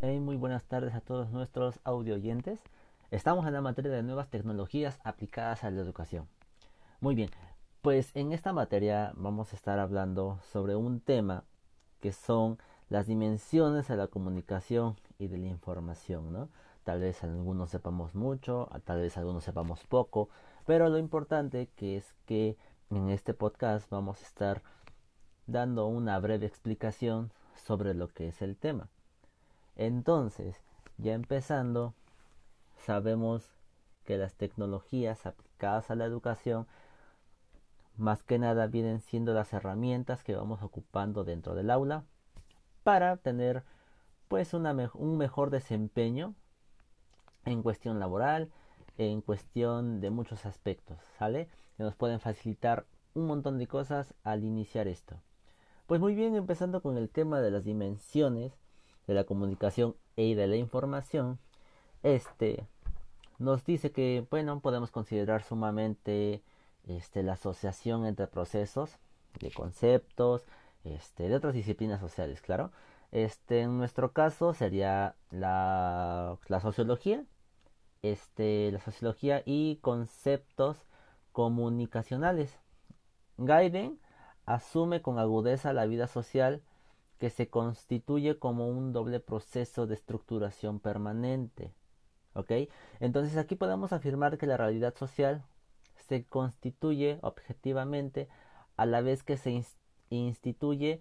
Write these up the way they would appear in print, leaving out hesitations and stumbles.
Hey, muy buenas tardes a todos nuestros audio oyentes. Estamos en la materia de nuevas tecnologías aplicadas a la educación. Muy bien, pues en esta materia vamos a estar hablando sobre un tema que son las dimensiones de la comunicación y de la información, ¿no? Tal vez algunos sepamos mucho, tal vez algunos sepamos poco, pero lo importante que es que en este podcast vamos a estar dando una breve explicación sobre lo que es el tema. Entonces, ya empezando, sabemos que las tecnologías aplicadas a la educación más que nada vienen siendo las herramientas que vamos ocupando dentro del aula para tener pues un mejor desempeño en cuestión laboral, en cuestión de muchos aspectos, ¿sale? Que nos pueden facilitar un montón de cosas al iniciar esto. Pues muy bien, empezando con el tema de las dimensiones de la comunicación y de la información, este nos dice que, bueno, podemos considerar sumamente la asociación entre procesos de conceptos, de otras disciplinas sociales, claro. En nuestro caso sería la sociología, la sociología y conceptos comunicacionales. Gaiden asume con agudeza la vida social que se constituye como un doble proceso de estructuración permanente. ¿Ok? Entonces aquí podemos afirmar que la realidad social se constituye objetivamente a la vez que instituye,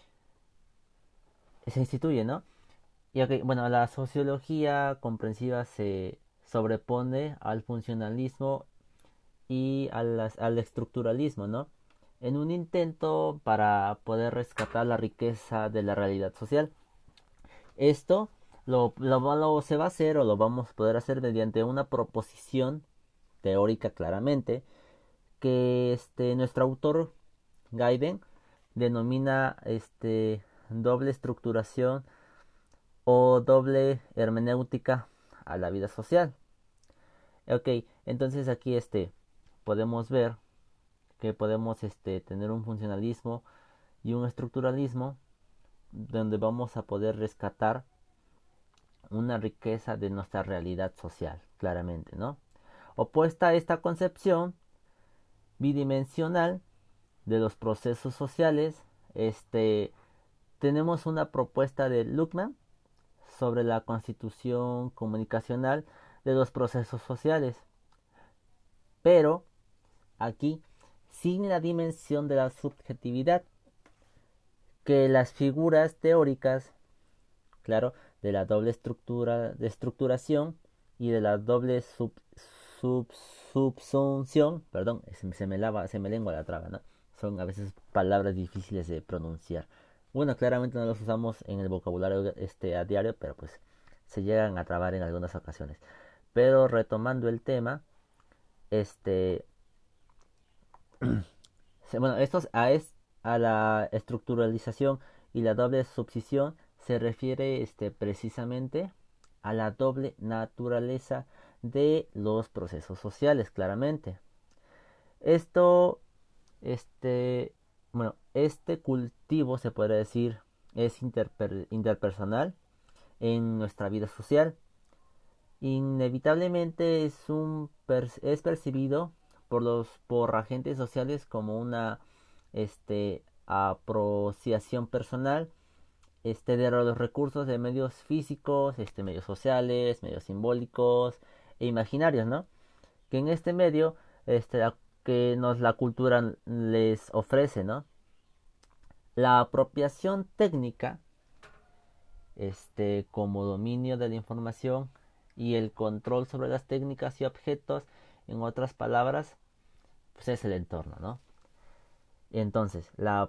se instituye, ¿no? Y okay, bueno, la sociología comprensiva se sobrepone al funcionalismo y al estructuralismo, ¿no? En un intento para poder rescatar la riqueza de la realidad social. Esto se va a hacer o lo vamos a poder hacer mediante una proposición teórica claramente que nuestro autor Gaiden denomina doble estructuración o doble hermenéutica a la vida social. Ok, entonces aquí podemos ver que podemos tener un funcionalismo y un estructuralismo donde vamos a poder rescatar una riqueza de nuestra realidad social, claramente, ¿no? Opuesta a esta concepción bidimensional de los procesos sociales, tenemos una propuesta de Luckman sobre la constitución comunicacional de los procesos sociales, pero aquí sin la dimensión de la subjetividad que las figuras teóricas, claro, de la doble estructura de estructuración y de la doble sub, subsunción, perdón, se me lengua la traba, ¿no? Son a veces palabras difíciles de pronunciar. Bueno, claramente no los usamos en el vocabulario a diario, pero pues se llegan a trabar en algunas ocasiones. Pero retomando el tema, este, bueno, a la estructuralización y la doble subsisión se refiere precisamente a la doble naturaleza de los procesos sociales, claramente. Esto, este, este cultivo se podría decir es interpersonal en nuestra vida social. Inevitablemente es percibido por agentes sociales como una apreciación personal de los recursos de medios físicos, medios sociales, medios simbólicos e imaginarios, ¿no? Que en este medio que nos la cultura les ofrece, ¿no? La apropiación técnica como dominio de la información y el control sobre las técnicas y objetos, en otras palabras, pues es el entorno, ¿no? Entonces,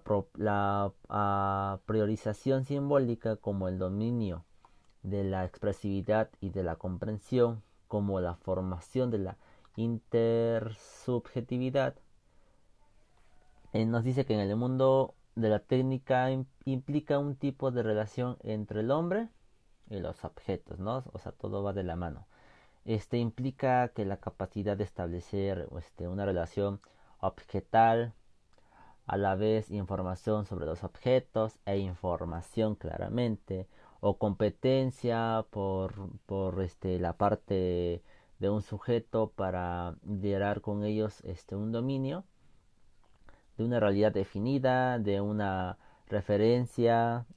la priorización simbólica como el dominio de la expresividad y de la comprensión, como la formación de la intersubjetividad, nos dice que en el mundo de la técnica implica un tipo de relación entre el hombre y los objetos, ¿no? O sea, todo va de la mano. Implica que la capacidad de establecer una relación objetal, a la vez información sobre los objetos e información claramente, o competencia por la parte de un sujeto para liderar con ellos un dominio de una realidad definida, de una referencia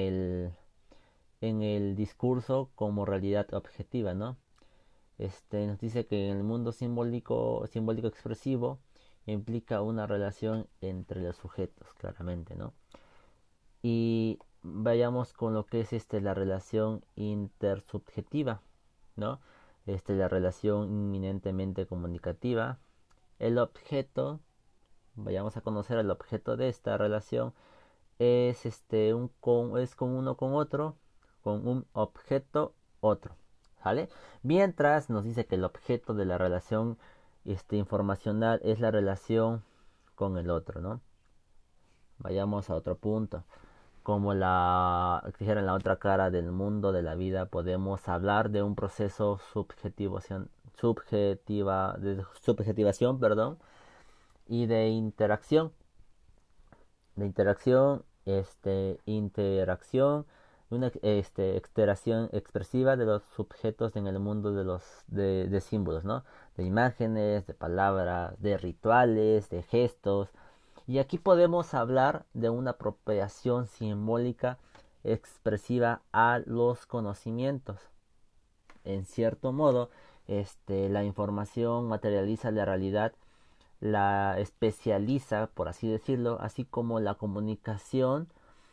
en el discurso como realidad objetiva, ¿no? Nos dice que en el mundo simbólico expresivo implica una relación entre los sujetos, claramente, ¿no? Y vayamos con lo que es la relación intersubjetiva, ¿no? La relación inminentemente comunicativa. El objeto, vayamos a conocer el objeto de esta relación, es es con uno con otro, con un objeto otro, ¿vale? Mientras nos dice que el objeto de la relación informacional es la relación con el otro, ¿no? Vayamos a otro punto. Como dijera en la otra cara del mundo de la vida, podemos hablar de un proceso de subjetivación, perdón, y interacción, una extracción expresiva de los sujetos en el mundo de símbolos, ¿no? De imágenes, de palabras, de rituales, de gestos. Y aquí podemos hablar de una apropiación simbólica expresiva a los conocimientos. En cierto modo, la información materializa la realidad, la especializa, por así decirlo, así como la comunicación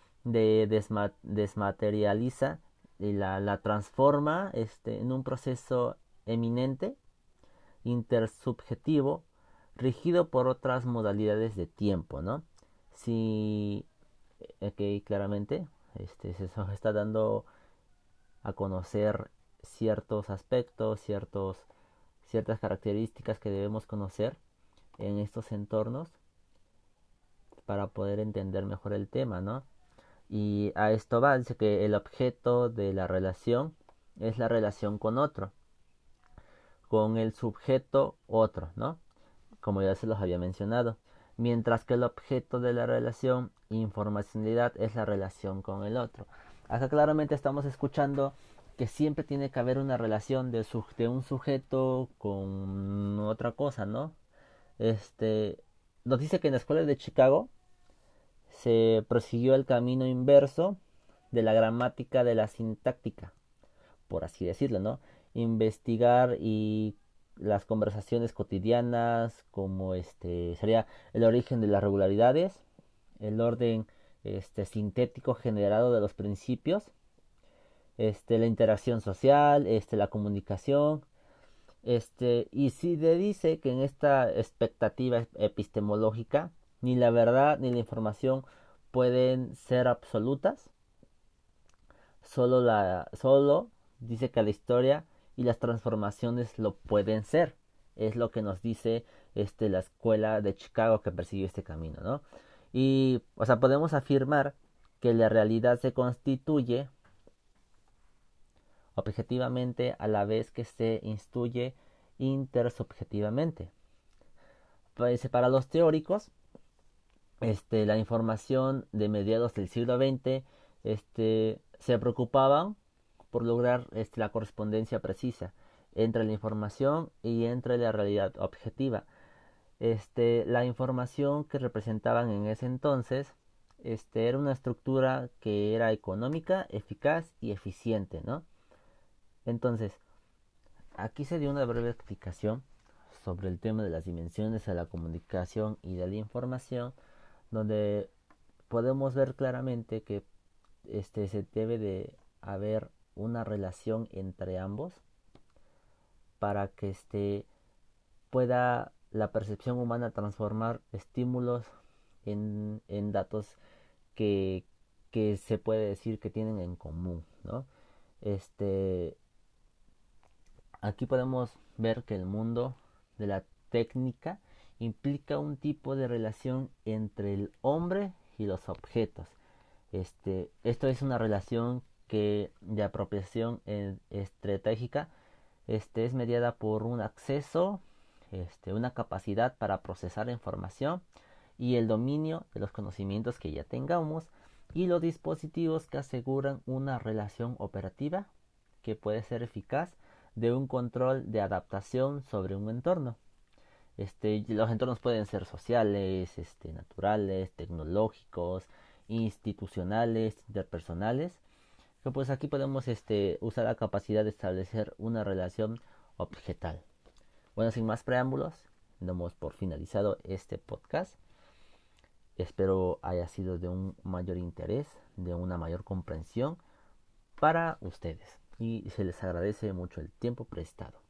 desmaterializa y la transforma en un proceso eminente, intersubjetivo, rigido por otras modalidades de tiempo, ¿no? Si aquí claramente se está dando a conocer ciertos aspectos, ciertas características que debemos conocer en estos entornos para poder entender mejor el tema, ¿no? Y a esto va, dice que el objeto de la relación es la relación con otro, con el sujeto otro, ¿no? Como ya se los había mencionado. Mientras que el objeto de la relación informacionalidad es la relación con el otro. Acá claramente estamos escuchando que siempre tiene que haber una relación de un sujeto con otra cosa, ¿no? Nos dice que en la escuela de Chicago se prosiguió el camino inverso de la gramática de la sintáctica, por así decirlo, ¿no? Investigar y las conversaciones cotidianas, como sería el origen de las regularidades, el orden sintético generado de los principios, la interacción social, la comunicación, y si le dice que en esta expectativa epistemológica ni la verdad ni la información pueden ser absolutas, solo dice que la historia y las transformaciones lo pueden ser. Es lo que nos dice la escuela de Chicago que persiguió este camino, ¿no? Y, o sea, podemos afirmar que la realidad se constituye objetivamente a la vez que se instruye intersubjetivamente. Pues, para los teóricos, la información de mediados del siglo XX se preocupaban por lograr la correspondencia precisa entre la información y entre la realidad objetiva. La información que representaban en ese entonces era una estructura que era económica, eficaz y eficiente, ¿no? Entonces, aquí se dio una breve explicación sobre el tema de las dimensiones de la comunicación y de la información, donde podemos ver claramente que se debe de haber una relación entre ambos para que pueda la percepción humana transformar estímulos en datos que, que se puede decir que tienen en común, ¿no? Este, Aquí podemos ver que el mundo de la técnica implica un tipo de relación entre el hombre y los objetos. Esto es una relación que de apropiación estratégica es mediada por un acceso, una capacidad para procesar información y el dominio de los conocimientos que ya tengamos, y los dispositivos que aseguran una relación operativa que puede ser eficaz de un control de adaptación sobre un entorno. Los entornos pueden ser sociales, naturales, tecnológicos, institucionales, interpersonales, que pues aquí podemos usar la capacidad de establecer una relación objetal. Bueno, sin más preámbulos, damos por finalizado este podcast. Espero haya sido de un mayor interés, de una mayor comprensión para ustedes y se les agradece mucho el tiempo prestado.